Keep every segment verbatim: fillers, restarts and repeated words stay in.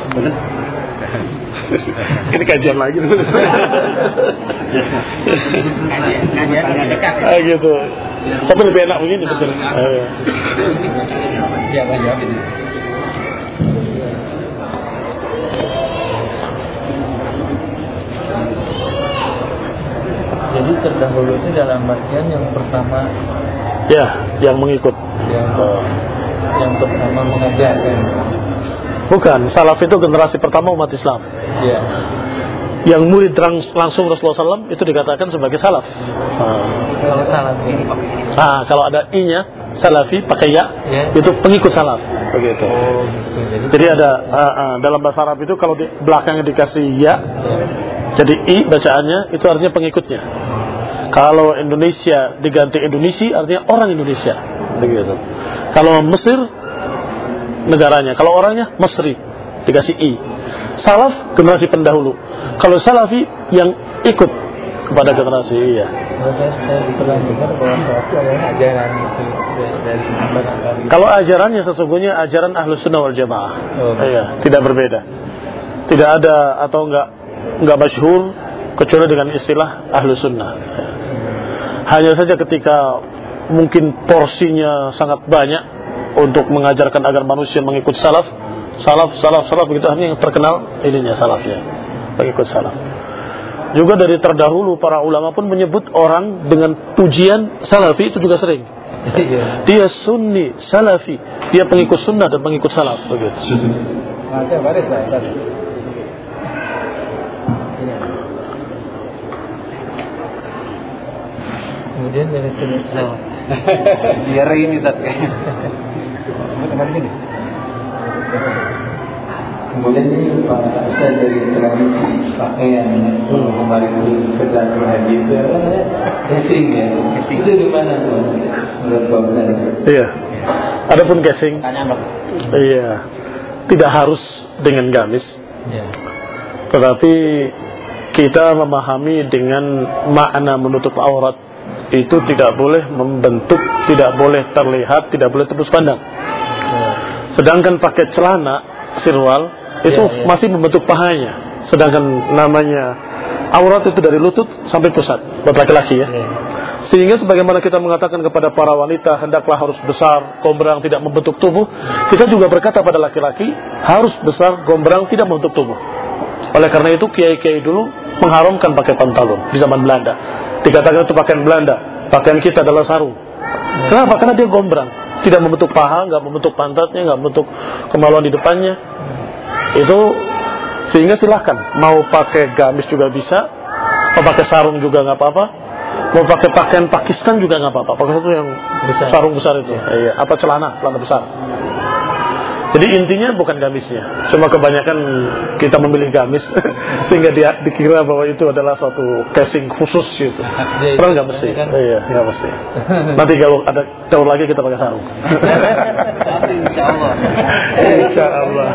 Ini kajian lagi. Ah gitu. Tapi lebih enak begini betul. Ya, jawab ini. Jadi terdahulu itu dalam artian yang pertama. Ya, yang mengikut. Yang, uh. yang pertama mengajarkan. Bukan, salaf itu generasi pertama umat Islam. Ya. Yang murid langsung Rasulullah shallallahu alaihi wasallam itu dikatakan sebagai salaf. Uh. Kalau salafi. Ah, kalau ada i-nya salafi pakai ya, ya, itu pengikut salaf. Begitu. Oh, gitu. Jadi, jadi ada uh, uh, dalam bahasa Arab itu kalau di belakangnya dikasih ya, ya, jadi i bacaannya itu artinya pengikutnya. Kalau Indonesia diganti Indonesia artinya orang Indonesia. Begitu. Kalau Mesir negaranya, kalau orangnya Mesri dikasih i. Salaf generasi pendahulu. Kalau salafi yang ikut kepada generasi iya. Saya pernah dengar bahwa salafi adalah ajaran itu dari barangkali. Kalau ajarannya sesungguhnya ajaran Ahlus Sunnah wal Jamaah. Oh. Iya, tidak berbeda. Tidak ada atau enggak enggak masyhur kecuali dengan istilah Ahlus Sunnah. Hanya saja ketika mungkin porsinya sangat banyak untuk mengajarkan agar manusia mengikut salaf, salaf, salaf, salaf begitu hanya yang terkenal ininya salafnya, pengikut salaf. Juga dari terdahulu para ulama pun menyebut orang dengan pujian salafi itu juga sering. Dia sunni, salafi, dia pengikut sunnah dan pengikut salaf begitu. Ada baris lah tadi. Kemudian dari sini salaf. Biar ini Ustaz kayaknya. Teman ini. Kemudian ini Pak Ustaz dari tradisi pakaian sebelum kembali ke kerjaan haji itu apa namanya? Casing ya. Casing itu gimana tuh? Menurut Pak Ustaz? Iya. Adapun casing. Iya. Tidak harus dengan gamis. Iya. Tetapi kita memahami dengan makna menutup aurat itu tidak boleh membentuk, tidak boleh terlihat, tidak boleh tembus pandang. Sedangkan pakai celana sirwal itu ya, ya. masih membentuk pahanya. Sedangkan namanya aurat itu dari lutut sampai pusat buat laki-laki ya. ya. Sehingga sebagaimana kita mengatakan kepada para wanita hendaklah harus besar, gombrang, tidak membentuk tubuh, kita juga berkata pada laki-laki harus besar, gombrang, tidak membentuk tubuh. Oleh karena itu kiai-kiai dulu mengharamkan pakai pantalon di zaman Belanda. Dikatakan itu pakaian Belanda, pakaian kita adalah sarung. Kenapa? Karena dia gombrang, tidak membentuk paha, nggak membentuk pantatnya, nggak membentuk kemaluan di depannya. Itu sehingga silahkan mau pakai gamis juga bisa, mau pakai sarung juga nggak apa-apa, mau pakai pakaian Pakistan juga nggak apa-apa. Pakai itu yang besar. Sarung besar itu, iya. Apa celana, celana besar. Jadi intinya bukan gamisnya, cuma kebanyakan kita memilih gamis sehingga dia dikira bahwa itu adalah suatu casing khusus gitu. Padahal nggak mesti, iya nggak mesti. Nanti kalau ada jauh lagi kita pakai sarung. Insya Allah. Insya Allah.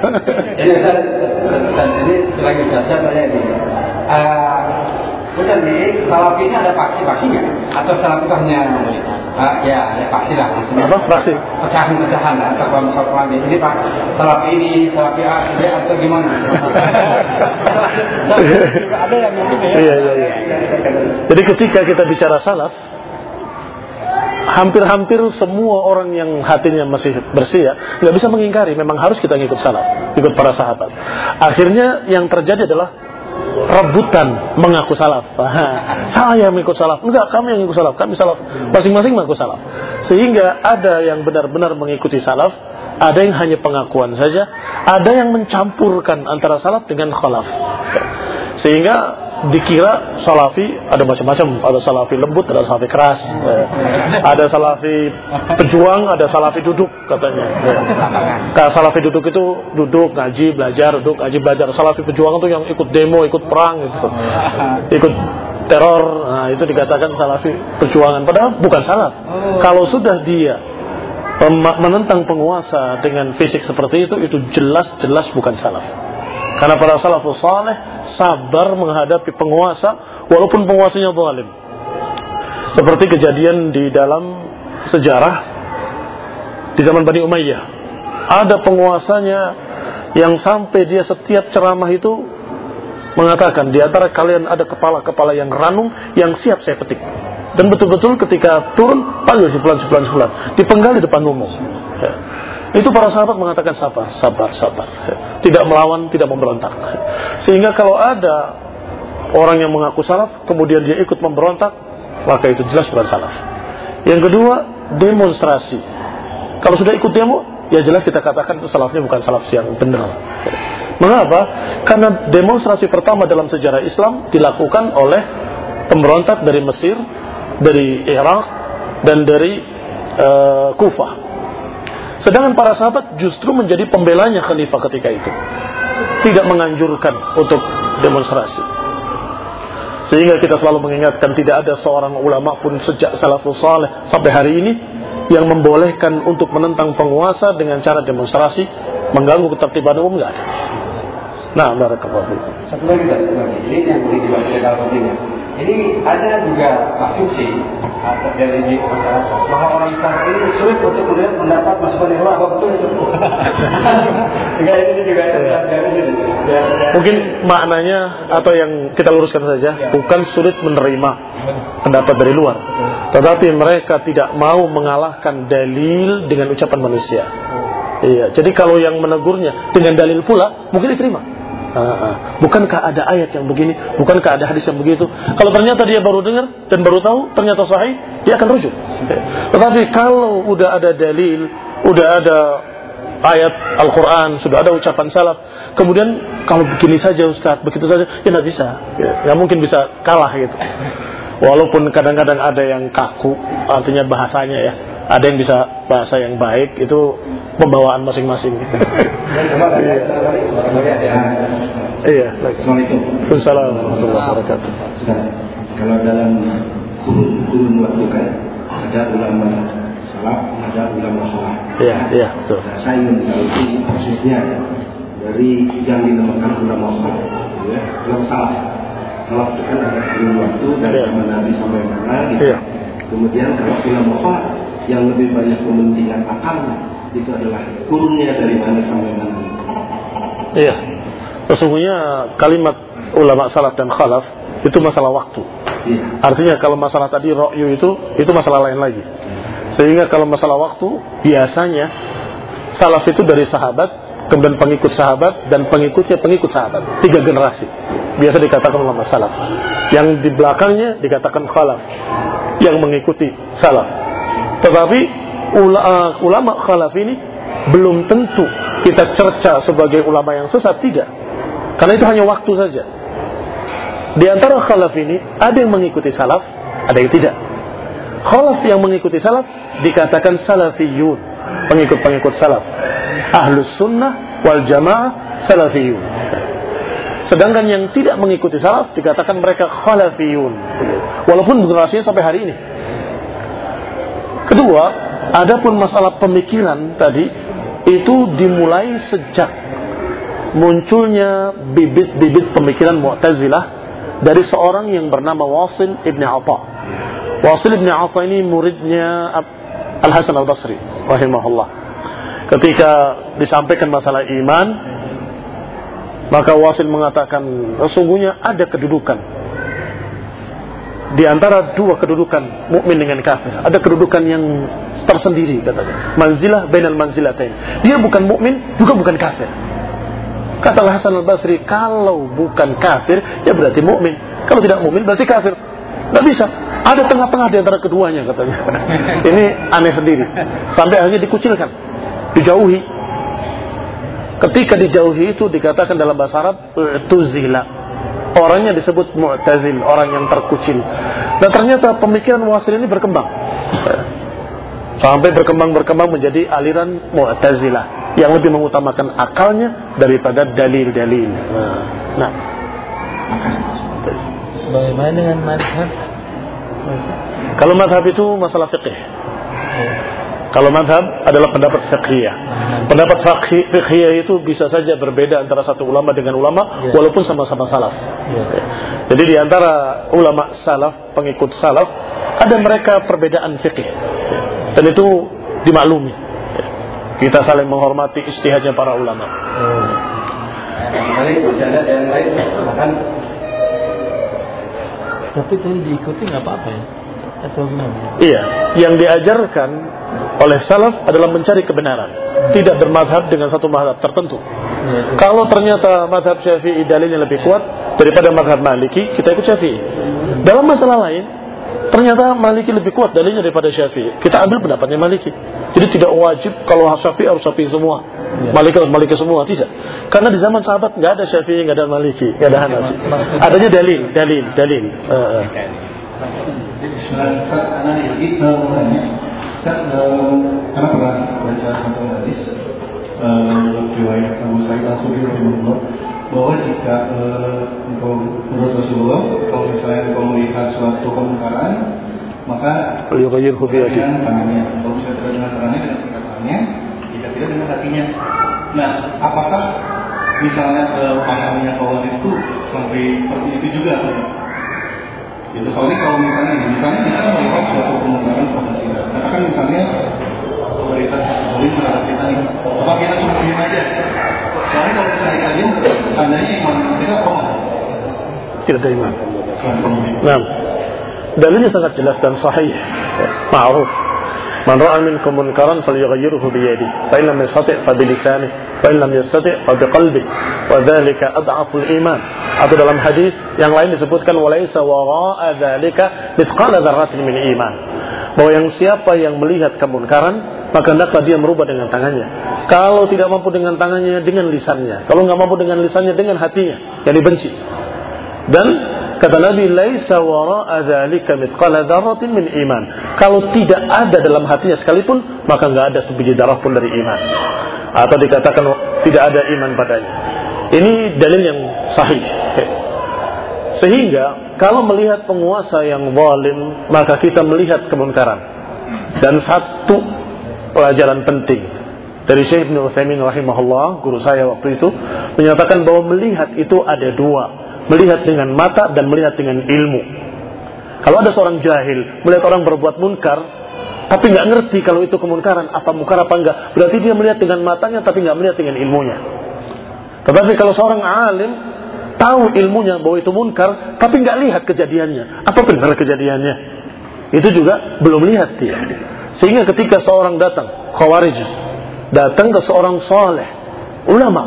Jadi selagi saja saya ini. Ustaz ini salafi ini ada faksi-faksinya atau salafi hanya uh, ya ada faksi lah. Apa faksi? Pecahan-pecahan atau kelompok-kelompok ini Pak salafi ini salafi A B atau gimana? Ada yang mungkin ya. Iya iya iya. Jadi ketika kita bicara salaf, hampir-hampir semua orang yang hatinya masih bersih ya, nggak bisa mengingkari memang harus kita ngikut salaf, ikut para sahabat. Akhirnya yang terjadi adalah rebutan mengaku salaf. Saya mengikut salaf. Enggak, kami yang ikut salaf. Kami salaf. Masing-masing mengaku salaf. Sehingga ada yang benar-benar mengikuti salaf, ada yang hanya pengakuan saja, ada yang mencampurkan antara salaf dengan khalaf. Sehingga dikira salafi ada macam-macam, ada salafi lembut, ada salafi keras, ada salafi pejuang, ada salafi duduk katanya. Kalau salafi duduk itu duduk ngaji belajar, duduk ngaji belajar. Salafi pejuang itu yang ikut demo, ikut perang, gitu. Ikut teror. Nah itu dikatakan salafi perjuangan. Padahal bukan salaf. Kalau sudah dia menentang penguasa dengan fisik seperti itu, itu jelas-jelas bukan salaf. Karena para salafus saleh sabar menghadapi penguasa walaupun penguasanya zalim. Seperti kejadian di dalam sejarah di zaman Bani Umayyah. Ada penguasanya yang sampai dia setiap ceramah itu mengatakan, di antara kalian ada kepala-kepala yang ranum yang siap saya petik. Dan betul-betul ketika turun, panggil si fulan, si fulan, si fulan, dipenggal di depan umum. Ya. Itu para sahabat mengatakan sabar, sabar, sabar. Ya. Tidak melawan, tidak memberontak. Sehingga kalau ada orang yang mengaku salaf, kemudian dia ikut memberontak, maka itu jelas bukan salaf. Yang kedua, demonstrasi. Kalau sudah ikut demo, ya jelas kita katakan itu salafnya bukan salaf yang benar. Ya. Mengapa? Karena demonstrasi pertama dalam sejarah Islam dilakukan oleh pemberontak dari Mesir, dari Irak, dan dari uh, Kufah. Sedangkan para sahabat justru menjadi pembelanya khalifah ketika itu, tidak menganjurkan untuk demonstrasi. Sehingga kita selalu mengingatkan, tidak ada seorang ulama pun sejak salafus saleh sampai hari ini yang membolehkan untuk menentang penguasa dengan cara demonstrasi, mengganggu ketertiban umum, enggak ada. Nah, barakallahu fiikum. Satu lagi, satu lagi. Ini yang boleh dibaca dalam ini. Ini ada juga asumsi atau dari masyarakat bahwa orang salaf ini sulit untuk kemudian mendapat masukan yang apa betul itu. Juga ini juga dari sini. Mungkin maknanya atau yang kita luruskan saja, ya, bukan sulit menerima pendapat dari luar, tetapi mereka tidak mau mengalahkan dalil dengan ucapan manusia. Iya, jadi kalau yang menegurnya dengan dalil pula, mungkin diterima. Uh, bukankah ada ayat yang begini, bukankah ada hadis yang begitu? Kalau ternyata dia baru dengar dan baru tahu ternyata sahih, dia akan rujuk. Tetapi kalau udah ada dalil, udah ada ayat Al-Quran, sudah ada ucapan salaf, kemudian kalau begini saja Ustaz, begitu saja, ya nggak bisa, ya mungkin bisa kalah gitu. Walaupun kadang-kadang ada yang kaku, artinya bahasanya ya, ada yang bisa bahasa yang baik, itu pembawaan masing-masing. Iya. Assalamualaikum. Assalamualaikum warahmatullahi wabarakatuh. Kalau dalam kurun-kurun waktu kan ada ulama salaf, ada ulama khalaf. Iya, iya, betul. Nah, saya ingin tahu persisnya dari yang dinamakan ulama khalaf, ya, ulama salaf. Khalaf itu kan ada kurun waktu dari yeah. zaman Nabi sampai mana gitu. Yeah. Kemudian kalau ulama khalaf yang lebih banyak mementingkan akal, itu adalah kurunnya dari mana sampai mana. Iya. Sesungguhnya kalimat ulama salaf dan khalaf itu masalah waktu. Iya. Artinya kalau masalah tadi ra'yu itu itu masalah lain lagi. Sehingga kalau masalah waktu biasanya salaf itu dari sahabat, kemudian pengikut sahabat dan pengikutnya pengikut sahabat. Tiga generasi. Biasa dikatakan ulama salaf. Yang di belakangnya dikatakan khalaf, yang mengikuti salaf. Tetapi ulama khalaf ini belum tentu kita cerca sebagai ulama yang sesat, tidak. Karena itu hanya waktu saja. Di antara khalaf ini ada yang mengikuti salaf, ada yang tidak. Khalaf yang mengikuti salaf dikatakan salafiyun, pengikut-pengikut salaf. Ahlus sunnah wal jamaah salafiyun. Sedangkan yang tidak mengikuti salaf dikatakan mereka khalafiyun. Walaupun generasinya sampai hari ini. Kedua, adapun masalah pemikiran tadi itu dimulai sejak munculnya bibit-bibit pemikiran Mu'tazilah dari seorang yang bernama Wasil ibn Atha. Wasil ibn Atha ini muridnya Al-Hasan Al-Basri rahimahullah. Ketika disampaikan masalah iman, maka Wasil mengatakan sesungguhnya ada kedudukan di antara dua kedudukan mukmin dengan kafir, ada kedudukan yang tersendiri katanya. Manzilah bainal manzilatain. Dia bukan mukmin, juga bukan kafir. Kata Hasan Al-Basri, kalau bukan kafir, ya berarti mukmin. Kalau tidak mukmin, berarti kafir. Tidak bisa. Ada tengah-tengah di antara keduanya katanya. Ini aneh sendiri. Sampai akhirnya dikucilkan, dijauhi. Ketika dijauhi itu dikatakan dalam bahasa Arab tuzila. Orangnya disebut Mu'tazil, orang yang terkucil. Dan ternyata pemikiran Wasil ini berkembang. Sampai berkembang-berkembang menjadi aliran Mu'tazilah yang lebih mengutamakan akalnya daripada dalil-dalil. Nah, nah. Bagaimana dengan madhab? Kalau madhab itu masalah fiqih. Kalau madhab adalah pendapat fiqhiyah. Pendapat fiqhiyah itu bisa saja berbeda antara satu ulama dengan ulama, walaupun sama-sama salaf. Jadi di antara ulama salaf, pengikut salaf, ada mereka perbedaan fiqih. Dan itu dimaklumi. Kita saling menghormati ijtihadnya para ulama. Hmm. Kali masih ada yang lain akan. Tapi tadi diikuti nggak apa-apa ya? Atau gimana? Iya, yang diajarkan oleh salaf adalah mencari kebenaran, tidak bermadhab dengan satu madhab tertentu. Ya, kalau ternyata madhab Syafi'i dalilnya lebih kuat daripada madhab Maliki, kita ikut Syafi'i. Dalam masalah lain, ternyata Maliki lebih kuat dalilnya daripada Syafi'i, kita ambil pendapatnya Maliki. Jadi tidak wajib kalau Syafi'i harus Syafi'i semua, ya. Maliki harus Maliki semua, tidak. Karena di zaman sahabat nggak ada Syafi'i, nggak ada Maliki, nggak ada Hanafi. Adanya dalil, dalil, dalil. Uh, Sebenarnya Ustaz, anak lagi mau tanya, Ustaz, karena pernah baca satu hadis riwayat Abu Sa'id Al-Khudri rahimahullah bahwa jika engkau menurut Rasulullah, kalau misalnya engkau melihat suatu kemungkaran, maka dengan tangannya, kalau misalnya tidak dengan tangannya, dengan perkataannya, jika tidak dengan hatinya. Nah, apakah misalnya pahamnya kawaris itu sampai seperti itu juga? Itu soalnya kalau misalnya, misalnya kita melihat suatu kemungkaran suatu tidak, katakan misalnya otoritas solid terhadap kita nih, apa kita cuma diam aja? Soalnya kalau misalnya kita diam, tandanya iman kita koma. Tidak ada iman. Nah, dalilnya sangat jelas dan sahih, ma'ruf. Man ra'a minkum munkaran falyughayyirhu bi yadihi, fa in lam yastati' fa bi lisanihi, fa in lam yastati' fa bi qalbihi, wa dzalika ad'aful iman. Atau dalam hadis yang lain disebutkan walaisa wara'a dzalika mithqala dzarratin min iman. Bahwa yang siapa yang melihat kemunkaran, maka hendaklah dia merubah dengan tangannya. Kalau tidak mampu dengan tangannya, dengan lisannya. Kalau enggak mampu dengan lisannya, dengan hatinya yang dibenci. Dan kata Nabi, laisa wara'a dzalika mithqala dzarratin min iman. Kalau tidak ada dalam hatinya sekalipun, maka enggak ada sebiji darah pun dari iman. Atau dikatakan tidak ada iman padanya. Ini dalil yang sahih. Sehingga kalau melihat penguasa yang zalim, maka kita melihat kemunkaran. Dan satu pelajaran penting dari Syekh Ibnu Utsaimin rahimahullah, guru saya waktu itu, menyatakan bahwa melihat itu ada dua. Melihat dengan mata dan melihat dengan ilmu. Kalau ada seorang jahil melihat orang berbuat munkar, tapi nggak ngerti kalau itu kemunkaran, apa munkar apa enggak, berarti dia melihat dengan matanya tapi nggak melihat dengan ilmunya. Tetapi kalau seorang alim tahu ilmunya bahwa itu munkar, tapi nggak lihat kejadiannya, apa benar kejadiannya, itu juga belum lihat dia. Sehingga ketika seorang datang, Khawarij datang ke seorang saleh, ulama,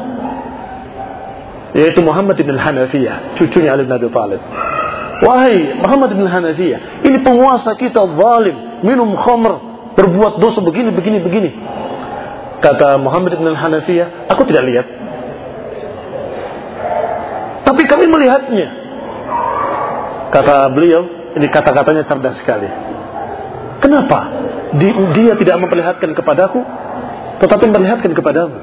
yaitu Muhammad bin Hanafiyah, cucunya Ali bin Abi Thalib. Wahai Muhammad bin Hanafiyah, ini penguasa kita zalim, minum khamr, berbuat dosa begini, begini, begini. Kata Muhammad bin Hanafiyah, aku tidak lihat, tapi kami melihatnya. Kata beliau, ini kata-katanya cerdas sekali. Kenapa? Dia tidak memperlihatkan kepadaku, tetapi memperlihatkan kepadamu.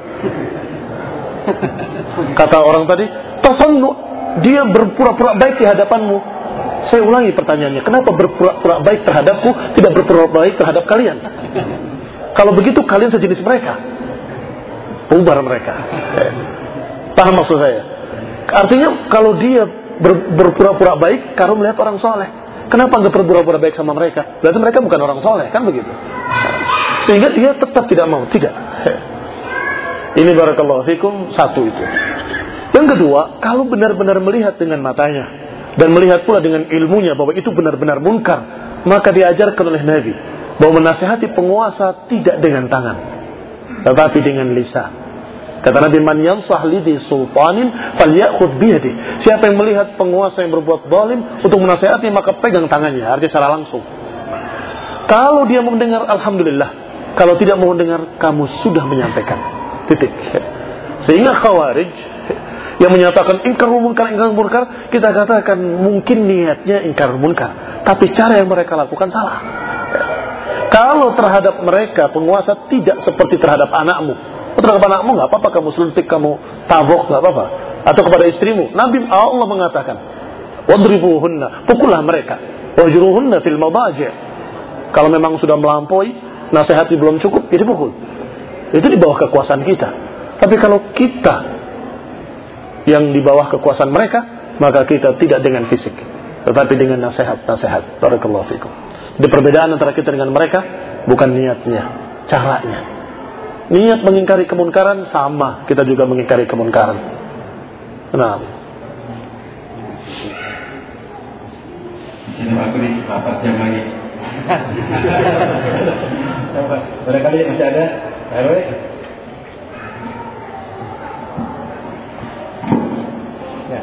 Kata orang tadi, tasannu, dia berpura-pura baik di hadapanmu. Saya ulangi pertanyaannya, kenapa berpura-pura baik terhadapku, tidak berpura-pura baik terhadap kalian? Kalau begitu kalian sejenis mereka, bubar mereka. Paham maksud saya? Artinya kalau dia ber, berpura-pura baik kalau melihat orang soleh, kenapa nggak berpura-pura baik sama mereka? Berarti mereka bukan orang soleh, kan begitu? Sehingga dia tetap tidak mau, tidak. Ini barakallahu fikum, satu itu. Yang kedua, kalau benar-benar melihat dengan matanya dan melihat pula dengan ilmunya bahwa itu benar-benar munkar, maka diajarkan oleh Nabi bahwa menasihati penguasa tidak dengan tangan, tetapi dengan lisan. Kata Nabi, man yansah lidhi sultanin falyakhudh biyadi. Siapa yang melihat penguasa yang berbuat zalim untuk menasihati, maka pegang tangannya, artinya secara langsung. Kalau dia mau mendengar, alhamdulillah. Kalau tidak mau mendengar, kamu sudah menyampaikan. Titik. Sehingga Khawarij yang menyatakan ingkar munkar, ingkar munkar, kita katakan mungkin niatnya ingkar munkar, tapi cara yang mereka lakukan salah. Kalau terhadap mereka penguasa tidak seperti terhadap anakmu. Terhadap anakmu nggak apa-apa, kamu suntik, kamu tabok, nggak apa-apa. Atau kepada istrimu, Nabi Allah mengatakan, wadribuhunna, pukullah mereka, wajruhunna fil madaji'. Kalau memang sudah melampaui, nasihati belum cukup, jadi pukul. Itu di bawah kekuasaan kita. Tapi kalau kita yang di bawah kekuasaan mereka, maka kita tidak dengan fisik, tetapi dengan nasihat-nasihat. Barakallahu fikum. Jadi perbedaan antara kita dengan mereka bukan niatnya, caranya. niat mengingkari kemunkaran sama, kita juga mengingkari kemunkaran. Nah, Sini aku di bapak jam lagi. Barangkali masih ada, R W. Ya.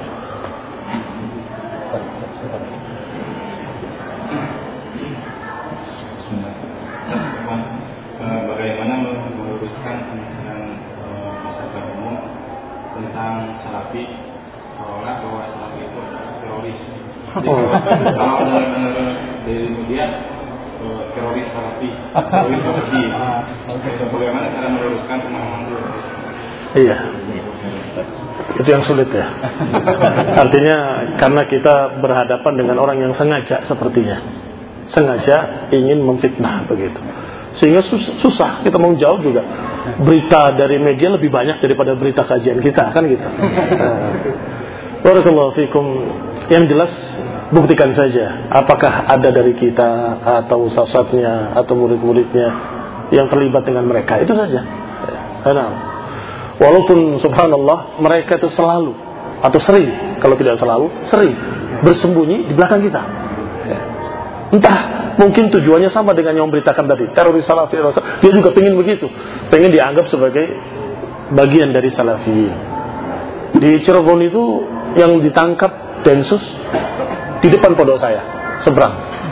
Bagaimana meluruskan pemikiran masyarakat umum tentang salafi, seolah bahwa salafi itu adalah teroris. Kalau menurut dari media teroris salafi, teroris salafi. Bagaimana cara meluruskan pemahaman itu? Iya, itu yang sulit ya. Artinya karena kita berhadapan dengan orang yang sengaja sepertinya, sengaja ingin memfitnah begitu. Sehingga susah kita mau jawab juga. Berita dari media lebih banyak daripada berita kajian kita, kan gitu. Barakallahu fikum. Yang jelas buktikan saja apakah ada dari kita atau ustaz-ustaznya atau murid-muridnya yang terlibat dengan mereka, itu saja. Karena walaupun subhanallah mereka itu selalu atau sering, kalau tidak selalu, sering bersembunyi di belakang kita. Entah mungkin tujuannya sama dengan yang memberitakan tadi, teroris salafi, dia juga pengen begitu, pengen dianggap sebagai bagian dari salafi. Di Cirebon itu yang ditangkap Densus di depan pondok saya, seberang.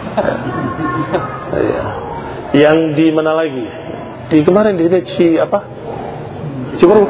Yang di mana lagi? Di kemarin di Ci apa? Ciberuk.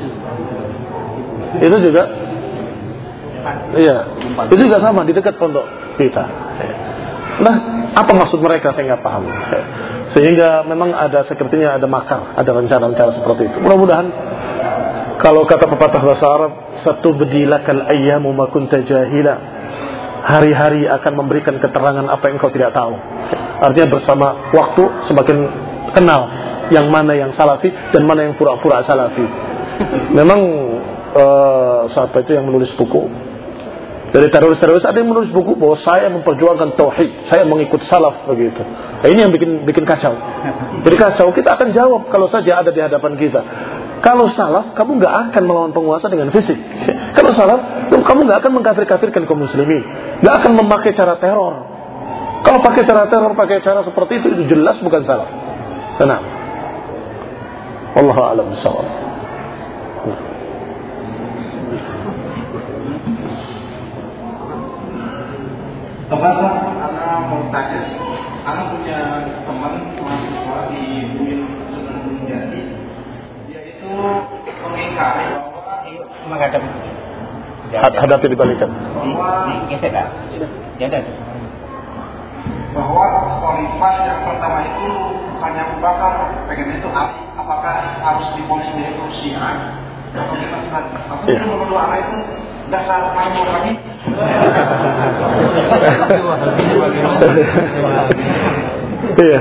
Itu juga, iya, itu juga sama di dekat pondok kita. Nah, apa maksud mereka saya nggak paham. Sehingga memang ada sepertinya ada makar, ada rencana-rencana seperti itu. Mudah-mudahan kalau kata pepatah bahasa Arab, satu bedilakal ayyamu ma kunta jahila, hari-hari akan memberikan keterangan apa yang kau tidak tahu. Artinya bersama waktu semakin kenal yang mana yang salafi dan mana yang pura-pura salafi. Memang uh, siapa itu yang menulis buku dari teroris-teroris, ada yang menulis buku bahwa saya memperjuangkan tauhid, saya mengikut salaf begitu. Nah, ini yang bikin bikin kacau. Jadi kacau, kita akan jawab kalau saja ada di hadapan kita. Kalau salaf, kamu nggak akan melawan penguasa dengan fisik. Kalau salaf, kamu nggak akan mengkafir-kafirkan kaum muslimin, nggak akan memakai cara teror. Kalau pakai cara teror, pakai cara seperti itu, itu jelas bukan salaf. Tenang. Wallahu a'lam bishawab. Teman, anak mau tanya, anak punya teman mahasiswa di U I N Sunan Jati, dia itu mengingkari bahwa menghadap hadapi dibalikan. Bahwa geser tak? Jadi bahwa khalifah yang pertama itu hanya Abu Bakar, pengen itu apakah harus diponis dia itu Syiah atau gimana? Maksudnya itu nomor dua anak itu dasar main lagi. Iya.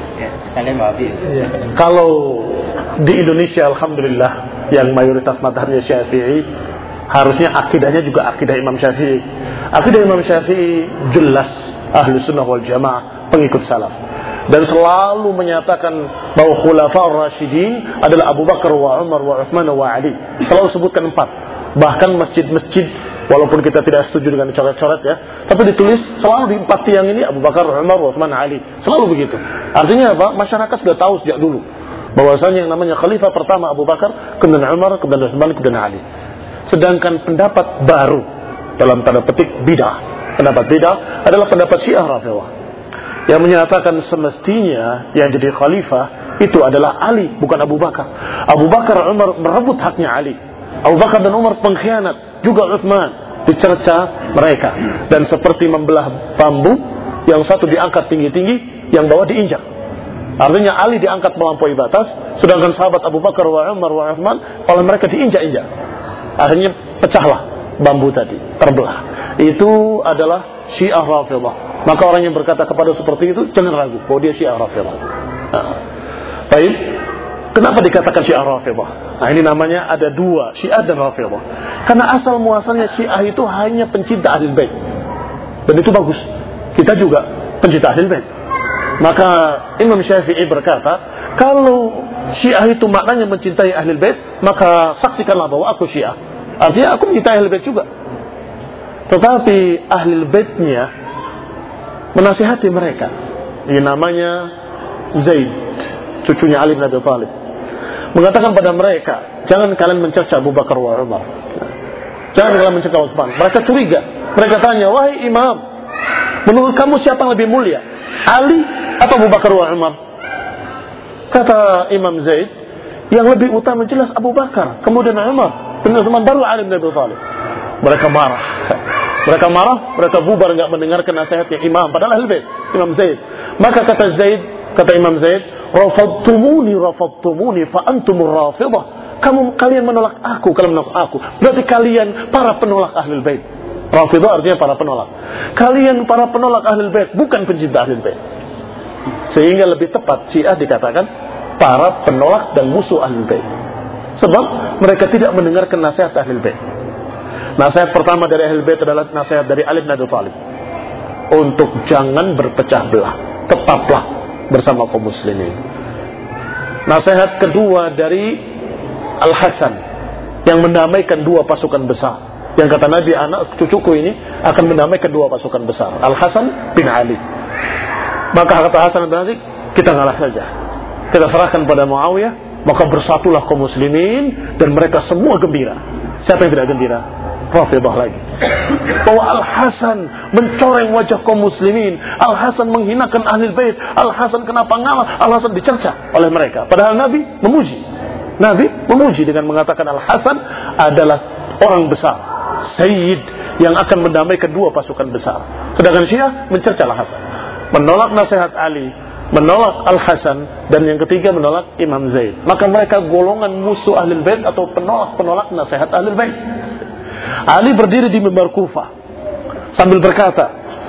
Kalau di Indonesia alhamdulillah yang mayoritas mazhabnya Syafi'i, harusnya akidahnya juga akidah Imam Syafi'i. Akidah Imam Syafi'i jelas Ahlus Sunnah wal Jamaah, pengikut salaf, dan selalu menyatakan bahwa Khulafaur Rasyidin adalah Abu Bakar wa Umar wa Uthman wa Ali. Selalu sebutkan empat. Bahkan masjid-masjid, walaupun kita tidak setuju dengan coret-coret ya, tapi ditulis selalu di empat tiang ini Abu Bakar, Umar, Uthman, Ali. Selalu begitu. Artinya apa? Masyarakat sudah tahu sejak dulu bahwasanya yang namanya khalifah pertama Abu Bakar, kemudian Umar, kemudian Uthman, kemudian Ali. Sedangkan pendapat baru dalam tanda petik bidah, pendapat bidah adalah pendapat Syiah Rafidhah yang menyatakan semestinya yang jadi khalifah itu adalah Ali, bukan Abu Bakar. Abu Bakar, Umar merebut haknya Ali. Abu Bakar dan Umar pengkhianat, juga Uthman dicerca mereka, dan seperti membelah bambu, yang satu diangkat tinggi-tinggi, yang bawah diinjak. Artinya Ali diangkat melampaui batas, sedangkan sahabat Abu Bakar wa Umar wa Uthman oleh mereka diinjak-injak. Akhirnya pecahlah bambu tadi, terbelah. Itu adalah Syiah Rafidhah. Maka orang yang berkata kepada seperti itu jangan ragu bahwa dia Syiah Rafidhah. Nah, baik. Kenapa dikatakan Syiah Rafidhah? Nah, ini namanya ada dua, Syiah dan Rafidhah. Karena asal muasalnya Syiah itu hanya pencinta Ahlul Bait. Dan itu bagus. Kita juga pencinta Ahlul Bait. Maka Imam Syafi'i berkata, Kalau Syiah itu maknanya mencintai Ahlul Bait, maka saksikanlah bahwa aku Syiah. Artinya aku mencintai Ahlul Bait juga. Tetapi Ahlul Baitnya menasihati mereka. Ini namanya Zaid, cucunya Ali bin Abi Thalib. Mengatakan pada mereka, jangan kalian mencerca Abu Bakar wa Umar. Jangan kalian mencerca Utsman. Mereka curiga. Mereka tanya, wahai imam, menurut kamu siapa yang lebih mulia? Ali atau Abu Bakar wa Umar? Kata Imam Zaid, yang lebih utama jelas Abu Bakar, kemudian Umar, dan Utsman, baru Ali bin Abi Thalib. Mereka marah. Mereka marah, mereka bubar, enggak mendengarkan nasihatnya imam, padahal Ahlul Bait, Imam Zaid. Maka kata Zaid, kata Imam Zaid, rafadtumuni rafadtumuni fa antumur rafidah. Kamu kalian menolak aku, kalian menolak aku. Berarti kalian para penolak Ahlul Bait. Rafidah artinya para penolak. Kalian para penolak Ahlul Bait, bukan pencinta Ahlul Bait. Sehingga lebih tepat Syiah dikatakan para penolak dan musuh Ahlul Bait. Sebab mereka tidak mendengarkan nasihat Ahlul Bait. Nasihat pertama dari Ahlul Bait adalah nasihat dari Ali bin Abi Thalib untuk jangan berpecah belah, tetaplah bersama kaum muslimin. Nasihat kedua dari Al-Hasan yang mendamaikan dua pasukan besar, yang kata Nabi, anak cucuku ini akan mendamaikan dua pasukan besar, Al-Hasan bin Ali. Maka kata Hasan bin Ali, kita ngalah saja, kita serahkan pada Muawiyah, maka bersatulah kaum muslimin dan mereka semua gembira. Siapa yang tidak gembira? Rafidah lagi. Bahwa Al-Hasan mencoreng wajah kaum muslimin, Al-Hasan menghinakan Ahlul Bait, Al-Hasan kenapa ngalah, Al-Hasan dicerca oleh mereka. Padahal Nabi memuji. Nabi memuji dengan mengatakan Al-Hasan adalah orang besar, Sayyid yang akan mendamaikan dua pasukan besar. Sedangkan Syiah mencerca Al-Hasan, menolak nasihat Ali, menolak Al-Hasan, dan yang ketiga menolak Imam Zaid. Maka mereka golongan musuh Ahlul Bait atau penolak-penolak nasihat Ahlul Bait. Ali berdiri di mimbar Kufah sambil berkata,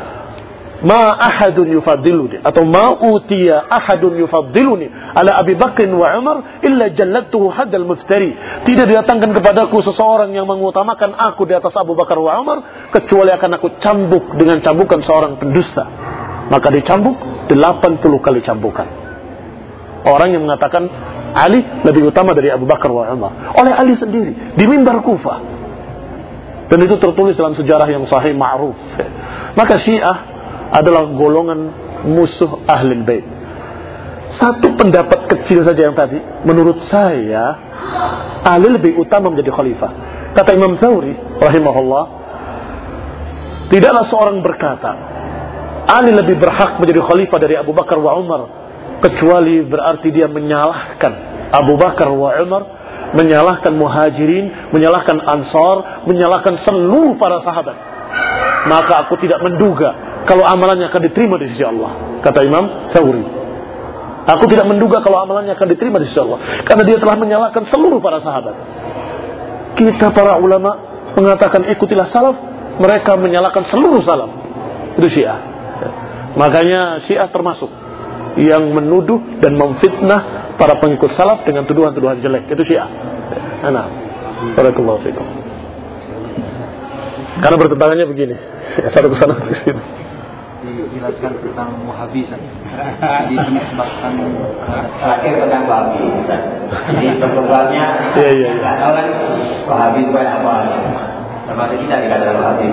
ma ahadun yufaddiluni atau ma utiya ahadun yufaddiluni ala Abi Bakr wa Umar illa jalladtuhu haddal muftari. Tidak didatangkan kepadaku seseorang yang mengutamakan aku di atas Abu Bakar wa Umar kecuali akan aku cambuk dengan cambukan seorang pendusta. Maka dicambuk delapan puluh kali cambukan. Orang yang mengatakan Ali lebih utama dari Abu Bakar wa Umar oleh Ali sendiri di mimbar Kufah. Dan itu tertulis dalam sejarah yang sahih ma'ruf. Maka Syiah adalah golongan musuh Ahlul Bait. Satu pendapat kecil saja yang tadi, menurut saya Ali lebih utama menjadi khalifah. Kata Imam Thawri rahimahullah, tidaklah seorang berkata Ali lebih berhak menjadi khalifah dari Abu Bakar wa Umar kecuali berarti dia menyalahkan Abu Bakar wa Umar, menyalahkan Muhajirin, menyalahkan Ansar, menyalahkan seluruh para sahabat. Maka aku tidak menduga kalau amalannya akan diterima di sisi Allah. Kata Imam Thawri, aku tidak menduga kalau amalannya akan diterima di sisi Allah, karena dia telah menyalahkan seluruh para sahabat. Kita para ulama mengatakan ikutilah salaf, mereka menyalahkan seluruh salaf. Itu Syiah. Makanya Syiah termasuk yang menuduh dan memfitnah para pengikut salaf dengan tuduhan-tuduhan jelek. Itu Syiah. Nah, barakallahu fikum. Karena pertentangannya begini, satu kesana ke sini. Dijelaskan tentang Wahabi, jadi menisbahkan terakhir tentang Wahabi. Jadi pertemuannya, iya iya. Nggak tahu kan Wahabi itu apa? Termasuk kita dikatakan Wahabi.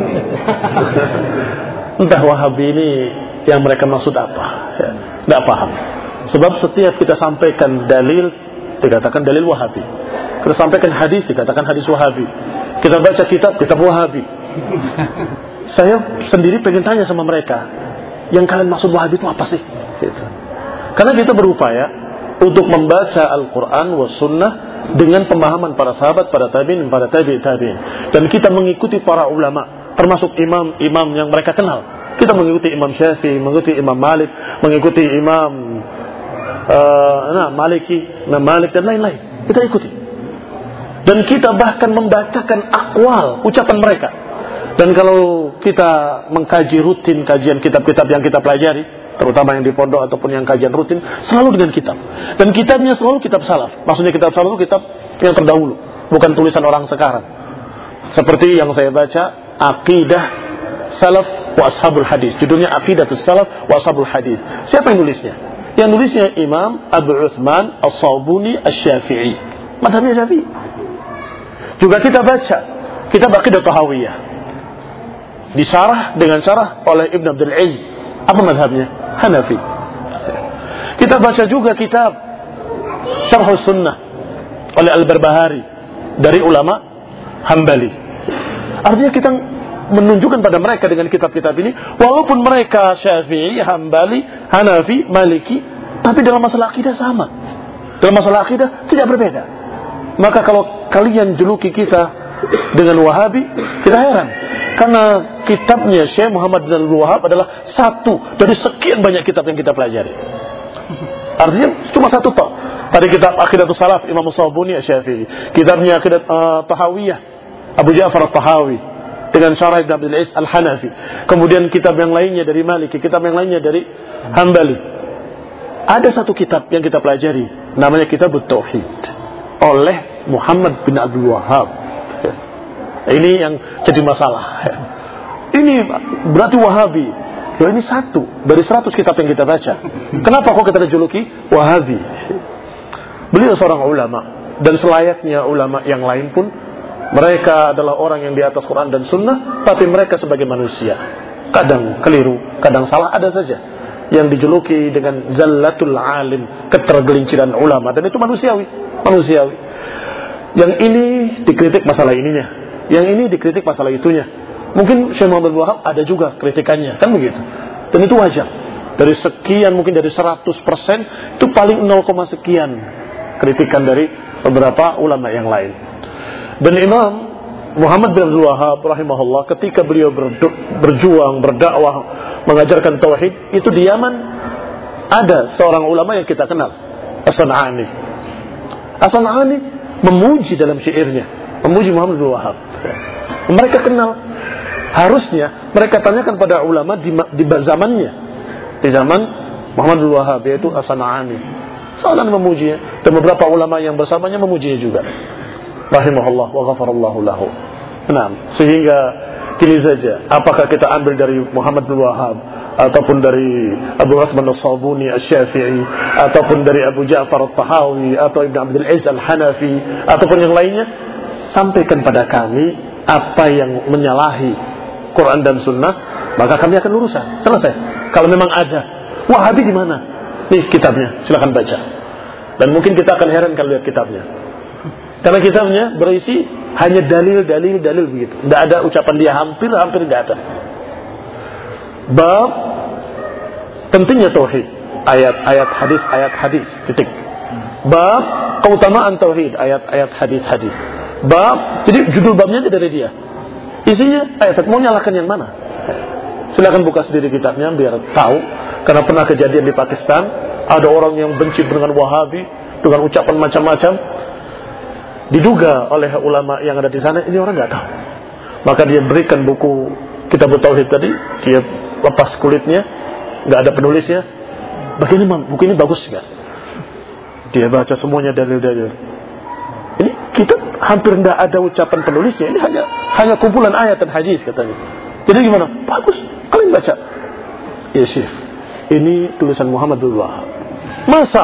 Entah Wahabi ini yang mereka maksud apa, ya, nggak paham. Sebab setiap kita sampaikan dalil dikatakan dalil Wahabi, kita sampaikan hadis dikatakan hadis Wahabi, kita baca kitab kitab Wahabi. Saya sendiri pengen tanya sama mereka, yang kalian maksud Wahabi itu apa sih? Gitu. Karena kita berupaya untuk membaca Al-Quran was Sunnah dengan pemahaman para sahabat, para tabi'in, para tabi'i tabi'in, dan kita mengikuti para ulama, termasuk imam-imam yang mereka kenal. Kita mengikuti Imam Syafi'i, mengikuti Imam Malik, mengikuti Imam uh, nah, Maliki, Imam Malik dan lain-lain. Kita ikuti. Dan kita bahkan membacakan akwal, ucapan mereka. Dan kalau kita mengkaji rutin kajian kitab-kitab yang kita pelajari, terutama yang di pondok ataupun yang kajian rutin, selalu dengan kitab. Dan kitabnya selalu kitab salaf. Maksudnya kitab salaf itu kitab yang terdahulu, bukan tulisan orang sekarang. Seperti yang saya baca, Aqidah Salaf wa Ashabul Hadis. Judulnya Aqidatus Salaf wa Ashabul Hadis. Siapa yang nulisnya? Yang nulisnya Imam Abu Uthman As-Sabuni Asy-Syafi'i, madhabnya Syafi'i. Juga kita baca kitab Aqidah Tahawiyah, disyarah dengan syarah oleh Ibn Abdul Aziz. Apa madhabnya? Hanafi. Kita baca juga kitab Syarh Sunnah oleh Al-Barbahari dari ulama Hambali. Artinya kita menunjukkan pada mereka dengan kitab-kitab ini, walaupun mereka Syafi'i, Hambali, Hanafi, Maliki, tapi dalam masalah akidah sama. Dalam masalah akidah tidak berbeda. Maka kalau kalian juluki kita dengan Wahabi, kita heran. Karena kitabnya Syekh Muhammad bin Abdul Wahhab adalah satu dari sekian banyak kitab yang kita pelajari. Artinya cuma satu tok. Tadi kitab Aqidatus Salaf Imam As-Sabuni Asy-Syafi'i, kitabnya Aqidah uh, Tahawiyah Abu Ja'far At-Tahawi dengan syarah Ibn Abdul Aziz Al-Hanafi. Kemudian kitab yang lainnya dari Maliki, kitab yang lainnya dari Hambali. Ada satu kitab yang kita pelajari, namanya Kitab Tauhid oleh Muhammad bin Abdul Wahhab. Ini yang jadi masalah. Ini berarti Wahabi. Loh, ini satu dari seratus kitab yang kita baca. Kenapa kok kita dijuluki Wahabi? Beliau seorang ulama, dan selayaknya ulama yang lain pun, mereka adalah orang yang di atas Quran dan Sunnah, tapi mereka sebagai manusia kadang keliru, kadang salah, ada saja yang dijuluki dengan zallatul alim, ketergelinciran ulama, dan itu manusiawi, manusiawi. Yang ini dikritik masalah ininya, yang ini dikritik masalah itunya. Mungkin Syekh Muhammad bin Wahhab ada juga kritikannya, kan begitu. Dan itu wajar. Dari sekian, mungkin dari seratus persen, itu paling nol, sekian kritikan dari beberapa ulama yang lain. Dan Imam Muhammad bin Abdul Wahhab rahimahullah, ketika beliau berdu- berjuang, berdakwah, mengajarkan tauhid, itu di Yaman ada seorang ulama yang kita kenal, As-San'ani. As-San'ani memuji dalam syairnya, memuji Muhammad bin Wahhab. Mereka kenal. Harusnya mereka tanyakan pada ulama di, di zamannya, di zaman Muhammad bin Wahhab, yaitu As-San'ani. Soalan memujinya, dan beberapa ulama yang bersamanya memujinya juga. Rahimahullah wa ghafarallahu lahu. Nah, sehingga kini saja, apakah kita ambil dari Muhammad bin Wahhab, ataupun dari Abu Uthman As-Sabuni Asy-Syafi'i, ataupun dari Abu Ja'far At-Tahawi, atau Ibn Abdul Aziz Al-Hanafi, ataupun yang lainnya, sampaikan pada kami apa yang menyalahi Quran dan Sunnah, maka kami akan luruskan. Selesai. Kalau memang ada Wahabi di mana? Nih kitabnya, silakan baca. Dan mungkin kita akan heran kalau lihat kitabnya. Karena kitabnya berisi hanya dalil-dalil dalil begitu. Tidak ada ucapan dia, hampir-hampir tidak ada. Bab pentingnya tauhid, ayat-ayat hadis, ayat hadis, titik. Bab keutamaan tauhid, ayat-ayat hadis hadis. Bab, jadi judul babnya itu dari dia. Isinya ayat, mau nyalakan yang mana? Silakan buka sendiri kitabnya biar tahu. Karena pernah kejadian di Pakistan, ada orang yang benci dengan Wahabi dengan ucapan macam-macam. Diduga oleh ulama yang ada di sana, ini orang nggak tahu. Maka dia berikan buku Kitab Tauhid tadi, dia lepas kulitnya, nggak ada penulisnya. Bagaimana buku ini bagus nggak? Dia baca semuanya dalil-dalil. Ini kita hampir tidak ada ucapan penulisnya. Ini hanya hanya kumpulan ayat dan hadis katanya. Jadi gimana? Bagus. Kalian baca. Ya Syekh, ini tulisan Muhammad bin Wahhab. Masa?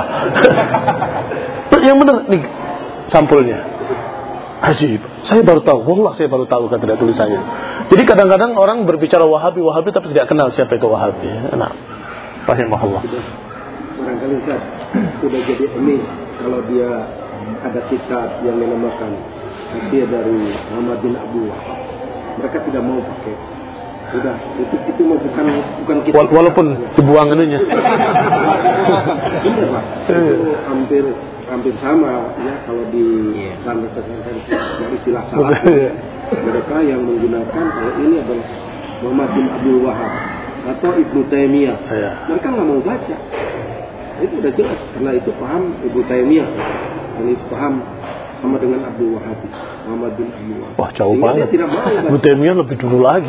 Yang benar nih sampulnya. Ajib. Saya baru tahu. Wallah saya baru tahu kata tulisannya. Jadi kadang-kadang orang berbicara Wahabi Wahabi tapi tidak kenal siapa itu Wahabi. Nah, rahimahullah. Barangkali Ustaz sudah jadi emis kalau dia ada kitab yang dinamakan hasil dari Muhammad bin Abdul Wahhab. Mereka tidak mau pakai. Sudah, itu itu mau bukan bukan kitab. Walaupun dibuang ininya. Benar, Pak. Itu hampir hampir sama ya kalau di sana pesantren dari istilah salah. Mereka yang menggunakan kalau ini adalah Muhammad bin Abdul Wahhab atau Ibnu Taimiyah. Mereka nggak mau baca. Itu udah jelas karena itu paham Ibnu Taimiyah. Ini paham sama dengan Abdul Wahhab, Muhammad bin Abdul Wahhab. Wah, jauh banget. Ibnu Taimiyah lebih dulu lagi.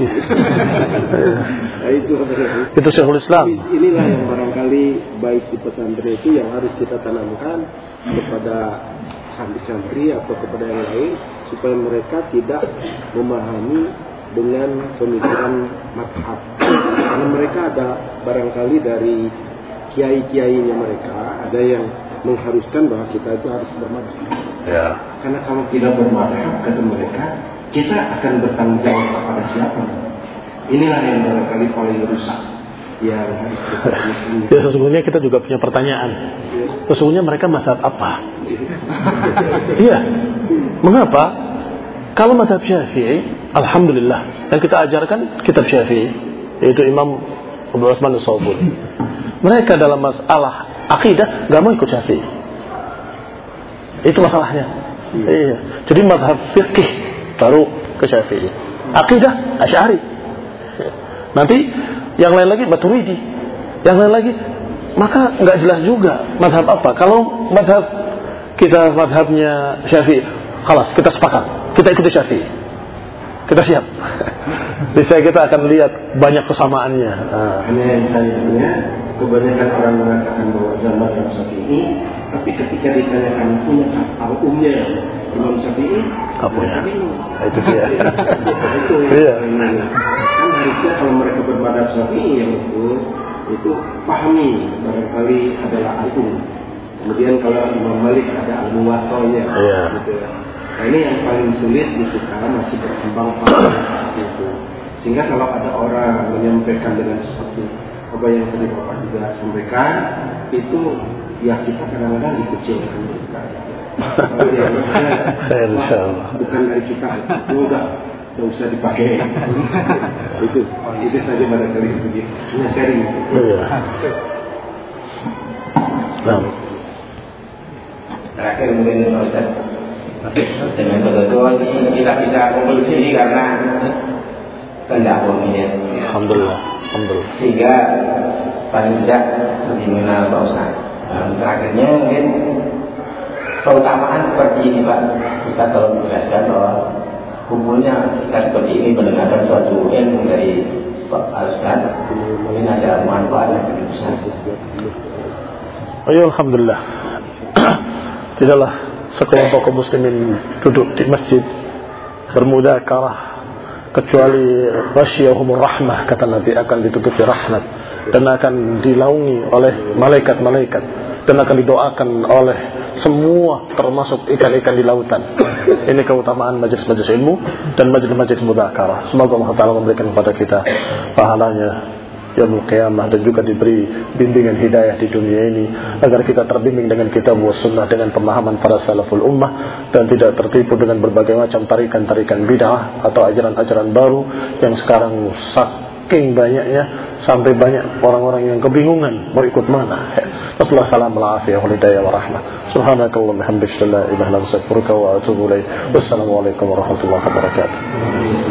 Nah, itu itu Syekhul Islam. Inilah yang barangkali baik di pesantren itu yang harus kita tanamkan kepada santri-santri atau kepada yang lain supaya mereka tidak memahami dengan pemikiran mazhab. Karena mereka ada barangkali dari kiai-kiainya mereka ada yang mengharuskan bahwa kita itu harus bermadhab. Ya. Karena kalau tidak bermadhab, kata mereka, kita akan bertanggung jawab kepada siapa? Inilah yang barangkali paling rusak. Yang harus kita lakukan. Ya, sesungguhnya kita juga punya pertanyaan. Sesungguhnya mereka mazhab apa? Iya. Mengapa? Kalau mazhab Syafi'i, alhamdulillah, yang kita ajarkan kitab Syafi'i, yaitu Imam Abu Utsman As-Sabuni. Mereka dalam masalah akidah enggak mau ikut Syafi'i. Itu masalahnya. Iya. Jadi mazhab fikih baru ke Syafi'i. Akidah Asy'ari. Nanti yang lain lagi Maturidi, yang lain lagi, maka nggak jelas juga madhab apa. Kalau madhab kita madhabnya Syafi'i, khalas kita sepakat, kita ikuti Syafi'i, kita siap. Bisa kita akan lihat banyak kesamaannya. Hanya yang saya punya, kebanyakan orang mengatakan bahwa zaman yang Syafi'i, tapi ketika ditanyakan punya al-umnya Imam Syafi'i, apa ya? Itu dia. Itu ya. Kan harusnya kalau mereka bermadhab Syafi'i yang itu, itu pahami barangkali adalah al-um. Kemudian kalau Imam Malik ada al-muwatta'nya, yeah. gitu. Nah ini yang paling sulit itu karena masih berkembang seperti itu. Sehingga kalau ada orang menyampaikan dengan seperti apa yang tadi Bapak juga sampaikan, itu ya kita kadang-kadang dikucilkan juga. Saya insyaallah. Bukan dari kita, udah tidak usah dipakai. itu, itu saja barangkali sedikit. Hanya sharing. Iya. Nah. Terakhir mungkin Pak Ustaz, dengan betul ini kita bisa konklusi ini karena kehendak Allah. Alhamdulillah, alhamdulillah. Sehingga paling tidak lebih mengenal Pak Ustaz. Nah, terakhirnya mungkin keutamaan seperti ini Pak Ustaz, kalau menjelaskan bahwa hukumnya kita seperti ini mendengarkan suatu ilmu dari Pak Ustaz, mungkin ada manfaat yang lebih besar. Ayo, alhamdulillah. Tidaklah sekelompok kaum muslimin duduk di masjid bermudzakarah kecuali ghasyiyahumur rahmah, kata Nabi, akan ditutupi rahmat dan akan dilaungi oleh malaikat-malaikat dan akan didoakan oleh semua termasuk ikan-ikan di lautan. Ini keutamaan majelis-majelis ilmu dan majelis-majelis mudzakarah. Semoga Allah Ta'ala memberikan kepada kita pahalanya yaumul qiyamah dan juga diberi bimbingan hidayah di dunia ini agar kita terbimbing dengan kitab wa sunnah, dengan pemahaman para salaful ummah, dan tidak tertipu dengan berbagai macam tarikan-tarikan bid'ah atau ajaran-ajaran baru yang sekarang saking banyaknya sampai banyak orang-orang yang kebingungan mau ikut mana. Wassalamualaikum warahmatullahi wabarakatuh. Subhanakallahumma hamdika la ilaha illa anta astaghfiruka wa atubu ilaik. Wassalamualaikum warahmatullahi wabarakatuh.